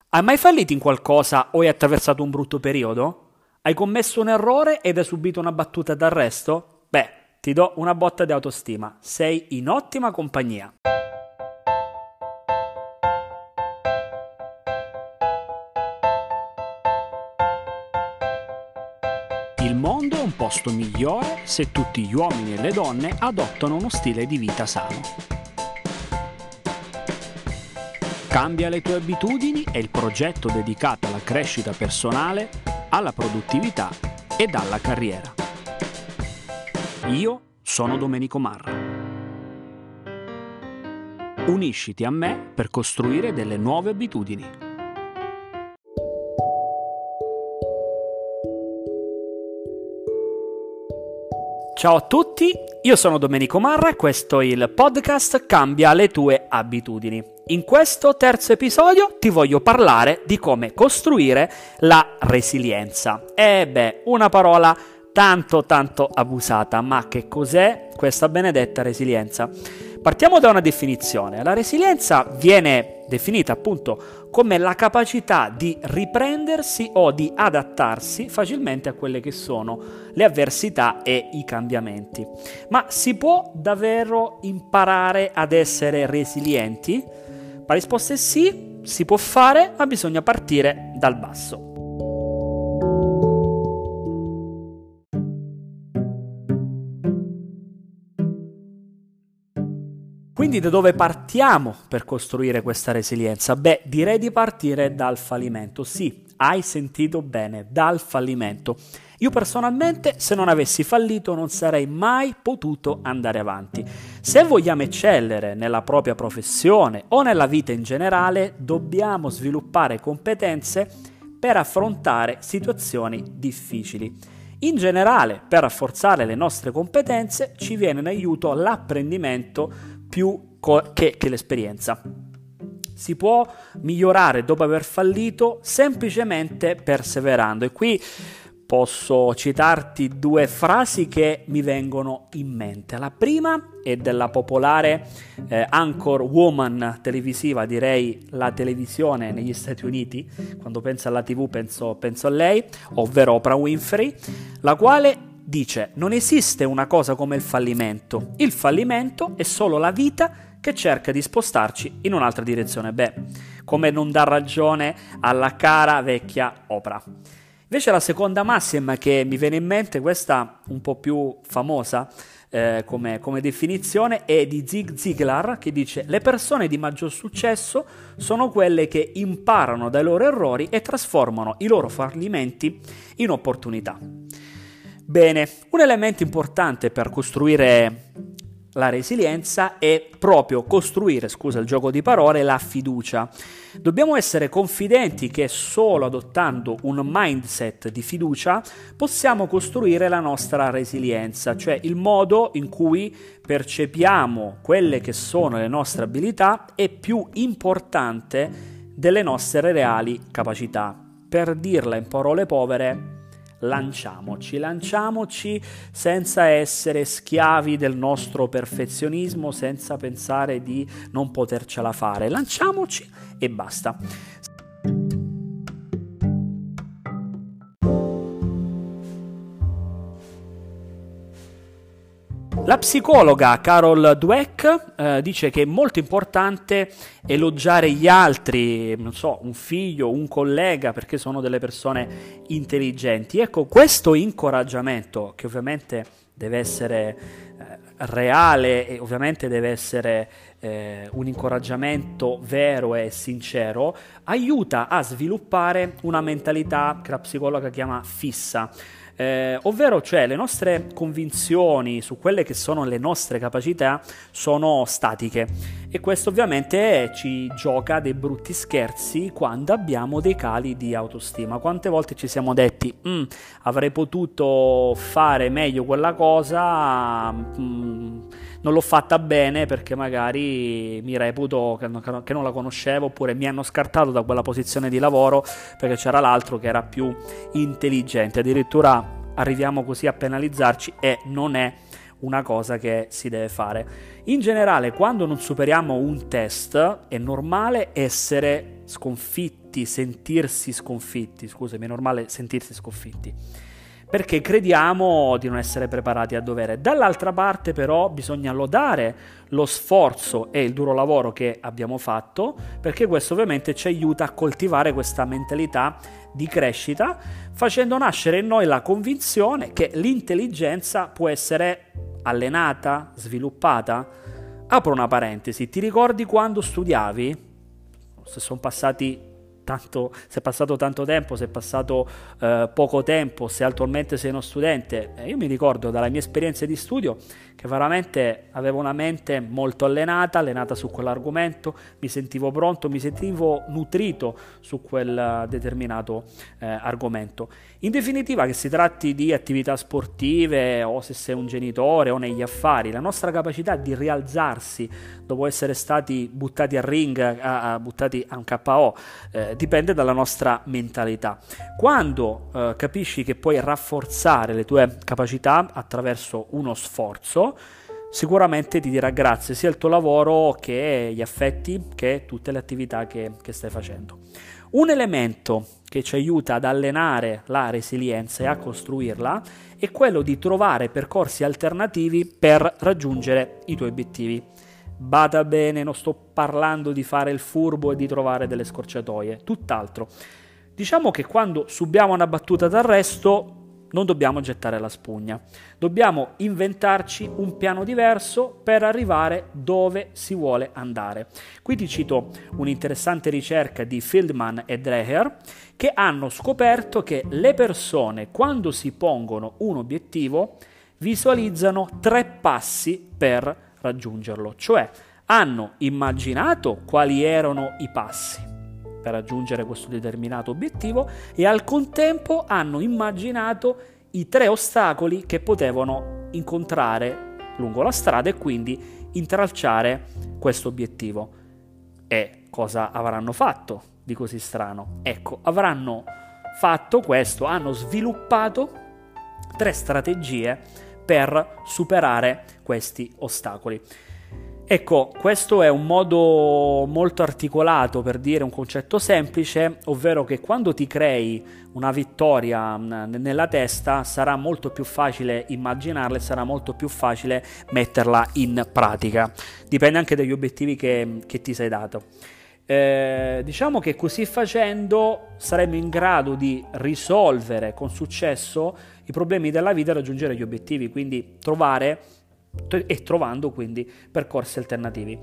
Hai mai fallito in qualcosa o hai attraversato un brutto periodo? Hai commesso un errore ed hai subito una battuta d'arresto? Beh, ti do una botta di autostima. Sei in ottima compagnia. Il mondo è un posto migliore se tutti gli uomini e le donne adottano uno stile di vita sano. Cambia le tue abitudini è il progetto dedicato alla crescita personale, alla produttività ed alla carriera. Io sono Domenico Marra. Unisciti a me per costruire delle nuove abitudini. Ciao a tutti, io sono Domenico Marra e questo è il podcast Cambia le tue abitudini. In questo terzo episodio ti voglio parlare di come costruire la resilienza. Una parola tanto abusata, ma che cos'è questa benedetta resilienza? Partiamo da una definizione. La resilienza viene definita appunto come la capacità di riprendersi o di adattarsi facilmente a quelle che sono le avversità e i cambiamenti. Ma si può davvero imparare ad essere resilienti? La risposta è sì, si può fare, ma bisogna partire dal basso. Quindi da dove partiamo per costruire questa resilienza? Direi di partire dal fallimento. Sì, hai sentito bene, dal fallimento. Io personalmente, se non avessi fallito, non sarei mai potuto andare avanti. Se vogliamo eccellere nella propria professione o nella vita in generale, dobbiamo sviluppare competenze per affrontare situazioni difficili. In generale, per rafforzare le nostre competenze, ci viene in aiuto l'apprendimento più che l'esperienza. Si può migliorare dopo aver fallito semplicemente perseverando. E qui posso citarti due frasi che mi vengono in mente. La prima è della popolare anchor woman televisiva, direi la televisione negli Stati Uniti. Quando penso alla TV penso a lei, ovvero Oprah Winfrey, la quale dice: non esiste una cosa come il fallimento. Il fallimento è solo la vita che cerca di spostarci in un'altra direzione. Come non dar ragione alla cara vecchia Oprah. Invece la seconda massima che mi viene in mente, questa un po' più famosa come definizione, è di Zig Ziglar, che dice: le persone di maggior successo sono quelle che imparano dai loro errori e trasformano i loro fallimenti in opportunità. Bene, un elemento importante per costruire la resilienza è proprio costruire, il gioco di parole, la fiducia. Dobbiamo essere confidenti che solo adottando un mindset di fiducia possiamo costruire la nostra resilienza, cioè il modo in cui percepiamo quelle che sono le nostre abilità è più importante delle nostre reali capacità. Per dirla in parole povere, lanciamoci senza essere schiavi del nostro perfezionismo, senza pensare di non potercela fare. Lanciamoci e basta. La psicologa Carol Dweck dice che è molto importante elogiare gli altri, un figlio, un collega, perché sono delle persone intelligenti. Ecco, questo incoraggiamento, che ovviamente deve essere reale e ovviamente deve essere un incoraggiamento vero e sincero, aiuta a sviluppare una mentalità che la psicologa chiama fissa. Ovvero, cioè, le nostre convinzioni su quelle che sono le nostre capacità sono statiche, e questo ovviamente ci gioca dei brutti scherzi quando abbiamo dei cali di autostima. Quante volte ci siamo detti avrei potuto fare meglio quella cosa, non l'ho fatta bene perché magari mi reputo che non la conoscevo, oppure mi hanno scartato da quella posizione di lavoro perché c'era l'altro che era più intelligente. Addirittura arriviamo così a penalizzarci, e non è una cosa che si deve fare. In generale, quando non superiamo un test, è normale essere sconfitti, sentirsi sconfitti, scusami, è normale sentirsi sconfitti, perché crediamo di non essere preparati a dovere. Dall'altra parte però bisogna lodare lo sforzo e il duro lavoro che abbiamo fatto, perché questo ovviamente ci aiuta a coltivare questa mentalità di crescita, facendo nascere in noi la convinzione che l'intelligenza può essere allenata, sviluppata. Apro una parentesi, ti ricordi quando studiavi? Se sono passati se è passato tanto tempo, se è passato poco tempo, se attualmente sei uno studente, io mi ricordo dalle mie esperienze di studio che veramente avevo una mente molto allenata su quell'argomento, mi sentivo pronto, mi sentivo nutrito su quel determinato argomento. In definitiva, che si tratti di attività sportive o se sei un genitore o negli affari, la nostra capacità di rialzarsi dopo essere stati buttati al ring, buttati a un KO, dipende dalla nostra mentalità. Quando capisci che puoi rafforzare le tue capacità attraverso uno sforzo, sicuramente ti dirà grazie sia il tuo lavoro che gli affetti, che tutte le attività che stai facendo. Un elemento che ci aiuta ad allenare la resilienza e a costruirla è quello di trovare percorsi alternativi per raggiungere i tuoi obiettivi. Bada bene, non sto parlando di fare il furbo e di trovare delle scorciatoie, tutt'altro. Diciamo che quando subiamo una battuta d'arresto non dobbiamo gettare la spugna, dobbiamo inventarci un piano diverso per arrivare dove si vuole andare. Qui ti cito un'interessante ricerca di Fieldman e Dreher, che hanno scoperto che le persone, quando si pongono un obiettivo, visualizzano 3 passi per raggiungerlo, cioè hanno immaginato quali erano i passi per raggiungere questo determinato obiettivo e al contempo hanno immaginato i 3 ostacoli che potevano incontrare lungo la strada e quindi intralciare questo obiettivo. E cosa avranno fatto di così strano? Ecco, avranno fatto questo, hanno sviluppato 3 strategie per superare questi ostacoli. Ecco, questo è un modo molto articolato per dire un concetto semplice, ovvero che quando ti crei una vittoria nella testa sarà molto più facile immaginarla e sarà molto più facile metterla in pratica. Dipende anche dagli obiettivi che ti sei dato. Diciamo che così facendo saremo in grado di risolvere con successo i problemi della vita e raggiungere gli obiettivi, quindi trovando quindi percorsi alternativi.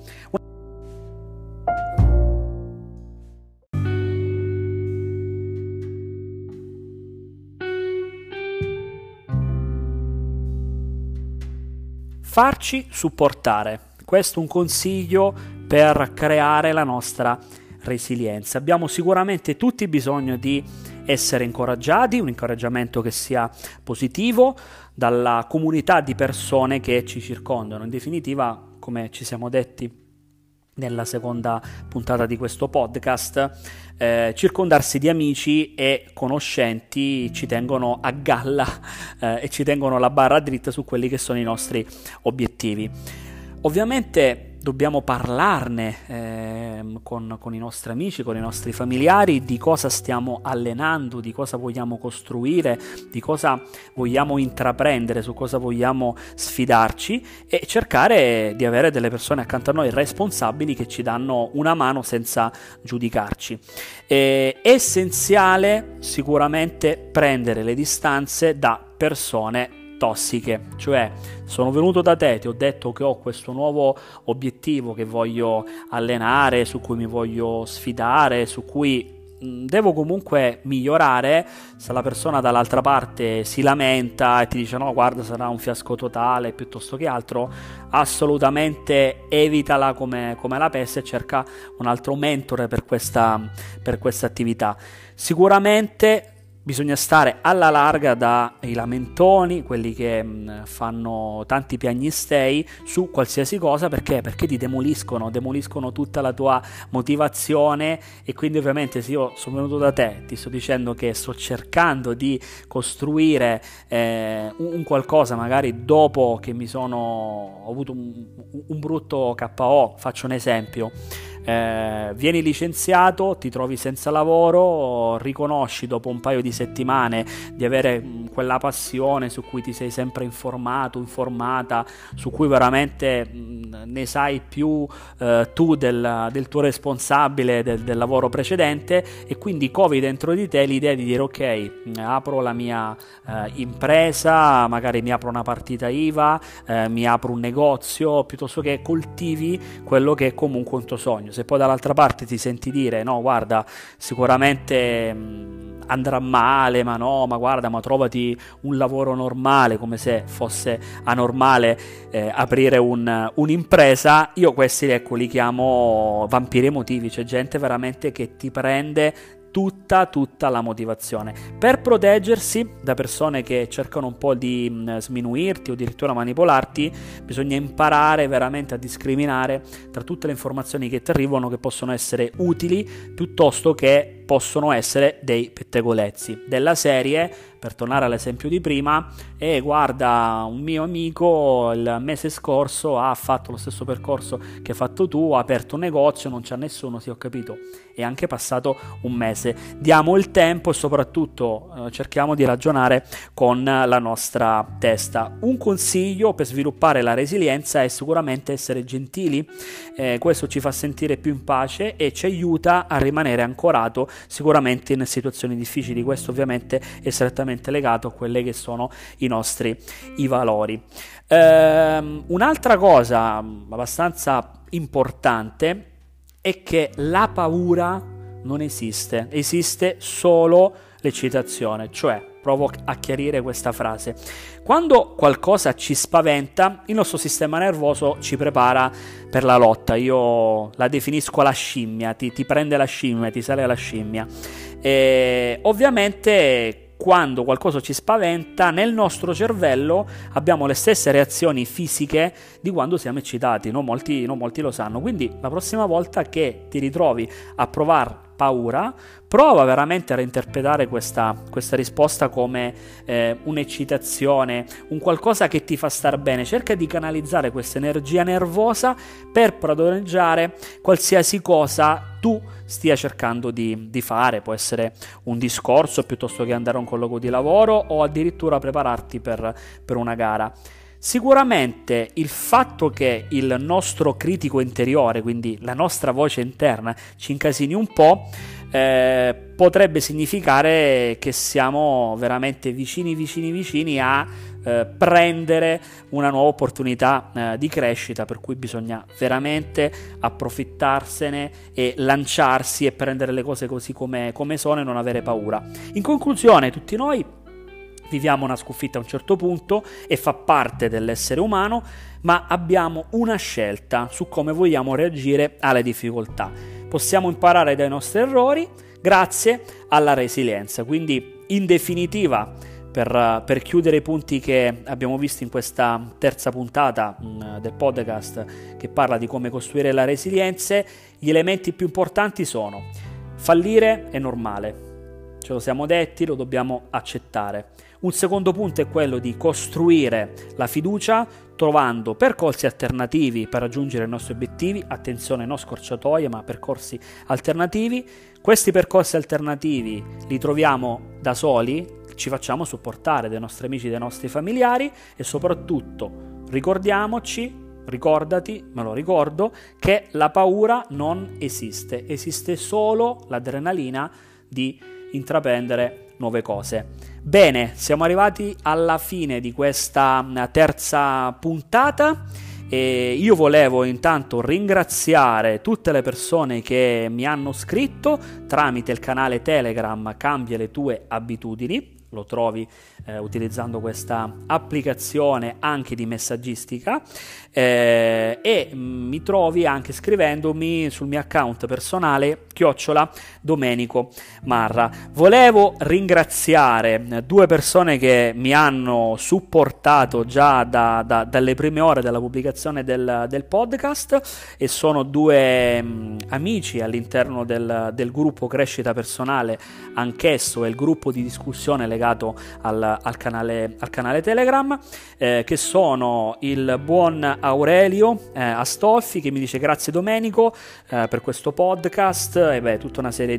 Farci supportare. Questo è un consiglio per creare la nostra resilienza. Abbiamo sicuramente tutti bisogno di essere incoraggiati, un incoraggiamento che sia positivo dalla comunità di persone che ci circondano. In definitiva, come ci siamo detti nella seconda puntata di questo podcast, circondarsi di amici e conoscenti ci tengono a galla e ci tengono la barra dritta su quelli che sono i nostri obiettivi. Ovviamente dobbiamo parlarne con i nostri amici, con i nostri familiari, di cosa stiamo allenando, di cosa vogliamo costruire, di cosa vogliamo intraprendere, su cosa vogliamo sfidarci e cercare di avere delle persone accanto a noi responsabili che ci danno una mano senza giudicarci. È essenziale sicuramente prendere le distanze da persone tossiche, cioè sono venuto da te, ti ho detto che ho questo nuovo obiettivo che voglio allenare, su cui mi voglio sfidare, su cui devo comunque migliorare. Se la persona dall'altra parte si lamenta e ti dice no guarda sarà un fiasco totale piuttosto che altro, assolutamente evitala come la peste e cerca un altro mentore per questa attività. Sicuramente Bisogna stare alla larga dai lamentoni, quelli che fanno tanti piagnistei su qualsiasi cosa, perché ti demoliscono tutta la tua motivazione. E quindi ovviamente se io sono venuto da te, ti sto dicendo che sto cercando di costruire un qualcosa, magari dopo che ho avuto un brutto KO, faccio un esempio. Vieni licenziato, ti trovi senza lavoro, riconosci dopo un paio di settimane di avere quella passione su cui ti sei sempre informata, su cui veramente ne sai più tu del tuo responsabile del lavoro precedente, e quindi covi dentro di te l'idea di dire ok, apro la mia impresa, magari mi apro una partita IVA, mi apro un negozio, piuttosto che coltivi quello che è comunque un tuo sogno. Se poi dall'altra parte ti senti dire no, guarda, sicuramente andrà male, ma guarda, ma trovati un lavoro normale, come se fosse anormale aprire un'impresa, io questi, ecco, li chiamo vampiri emotivi. C'è gente veramente che ti prende tutta la motivazione per proteggersi da persone che cercano un po' di sminuirti o addirittura manipolarti. Bisogna imparare veramente a discriminare tra tutte le informazioni che ti arrivano, che possono essere utili piuttosto che possono essere dei pettegolezzi della serie. Per tornare all'esempio di prima, guarda, un mio amico il mese scorso ha fatto lo stesso percorso che hai fatto tu, ha aperto un negozio, non c'ha nessuno, sì, ho capito, è anche passato un mese. Diamo il tempo e soprattutto cerchiamo di ragionare con la nostra testa. Un consiglio per sviluppare la resilienza è sicuramente essere gentili, questo ci fa sentire più in pace e ci aiuta a rimanere ancorato sicuramente in situazioni difficili. Questo ovviamente è strettamente legato a quelle che sono i valori. Un'altra cosa abbastanza importante è che la paura non esiste, esiste solo l'eccitazione. Cioè, provo a chiarire questa frase: quando qualcosa ci spaventa, il nostro sistema nervoso ci prepara per la lotta. Io la definisco la scimmia, ti prende la scimmia, ti sale la scimmia. E ovviamente quando qualcosa ci spaventa, nel nostro cervello abbiamo le stesse reazioni fisiche di quando siamo eccitati. Non molti lo sanno. Quindi la prossima volta che ti ritrovi a provare paura, prova veramente a reinterpretare questa risposta come un'eccitazione, un qualcosa che ti fa star bene. Cerca di canalizzare questa energia nervosa per padroneggiare qualsiasi cosa tu stia cercando di fare. Può essere un discorso piuttosto che andare a un colloquio di lavoro o addirittura prepararti per una gara. Sicuramente il fatto che il nostro critico interiore, quindi la nostra voce interna, ci incasini un po', potrebbe significare che siamo veramente vicini a prendere una nuova opportunità di crescita, per cui bisogna veramente approfittarsene e lanciarsi e prendere le cose così come sono e non avere paura. In conclusione, tutti noi viviamo una sconfitta a un certo punto e fa parte dell'essere umano, ma abbiamo una scelta su come vogliamo reagire alle difficoltà. Possiamo imparare dai nostri errori grazie alla resilienza. Quindi, in definitiva, per chiudere i punti che abbiamo visto in questa terza puntata del podcast che parla di come costruire la resilienza, gli elementi più importanti sono: fallire è normale, ce lo siamo detti, lo dobbiamo accettare. Un secondo punto è quello di costruire la fiducia trovando percorsi alternativi per raggiungere i nostri obiettivi. Attenzione, non scorciatoie, ma percorsi alternativi. Questi percorsi alternativi li troviamo da soli, ci facciamo supportare dai nostri amici, dai nostri familiari, e soprattutto ricordati, me lo ricordo, che la paura non esiste, esiste solo l'adrenalina di intraprendere nuove cose. Bene, siamo arrivati alla fine di questa terza puntata e io volevo intanto ringraziare tutte le persone che mi hanno scritto tramite il canale Telegram Cambia le tue abitudini. lo trovi utilizzando questa applicazione anche di messaggistica, e mi trovi anche scrivendomi sul mio account personale @Domenico Marra. Volevo ringraziare due persone che mi hanno supportato già dalle prime ore della pubblicazione del podcast, e sono due amici all'interno del gruppo Crescita Personale, anch'esso è il gruppo di discussione legato al canale Telegram, che sono il buon Aurelio Astolfi, che mi dice grazie Domenico per questo podcast, e tutta una serie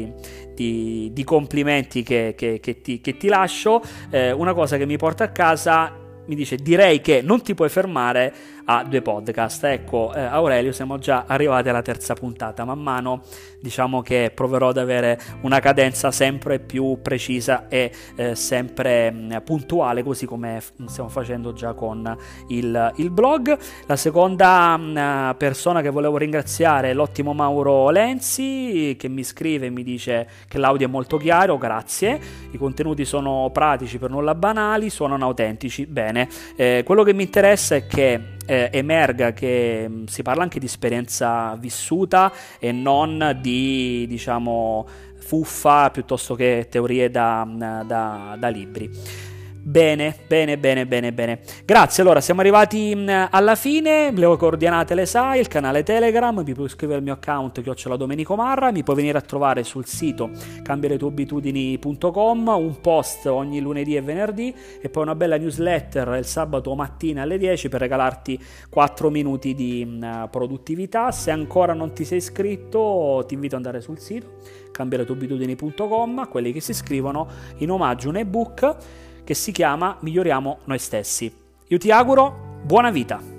di complimenti che ti lascio. Una cosa che mi porta a casa, mi dice: direi che non ti puoi fermare a 2 podcast. Ecco, Aurelio, siamo già arrivati alla terza puntata. Man mano diciamo che proverò ad avere una cadenza sempre più precisa e sempre puntuale, così come stiamo facendo già con il blog. La seconda persona che volevo ringraziare è l'ottimo Mauro Lenzi, che mi scrive e mi dice che l'audio è molto chiaro, grazie, i contenuti sono pratici, per nulla banali, suonano autentici. Bene, quello che mi interessa è che emerga che si parla anche di esperienza vissuta e non di, diciamo, fuffa piuttosto che teorie da libri. Bene. Grazie, allora siamo arrivati alla fine. Le coordinate le sai, il canale Telegram, mi puoi iscrivere al mio account @Domenico Marra, mi puoi venire a trovare sul sito cambialetueabitudini.com, un post ogni lunedì e venerdì, e poi una bella newsletter il sabato mattina alle 10 per regalarti 4 minuti di produttività. Se ancora non ti sei iscritto, ti invito ad andare sul sito cambialetueabitudini.com. A quelli che si iscrivono, in omaggio un ebook che si chiama Miglioriamo noi stessi. Io ti auguro buona vita.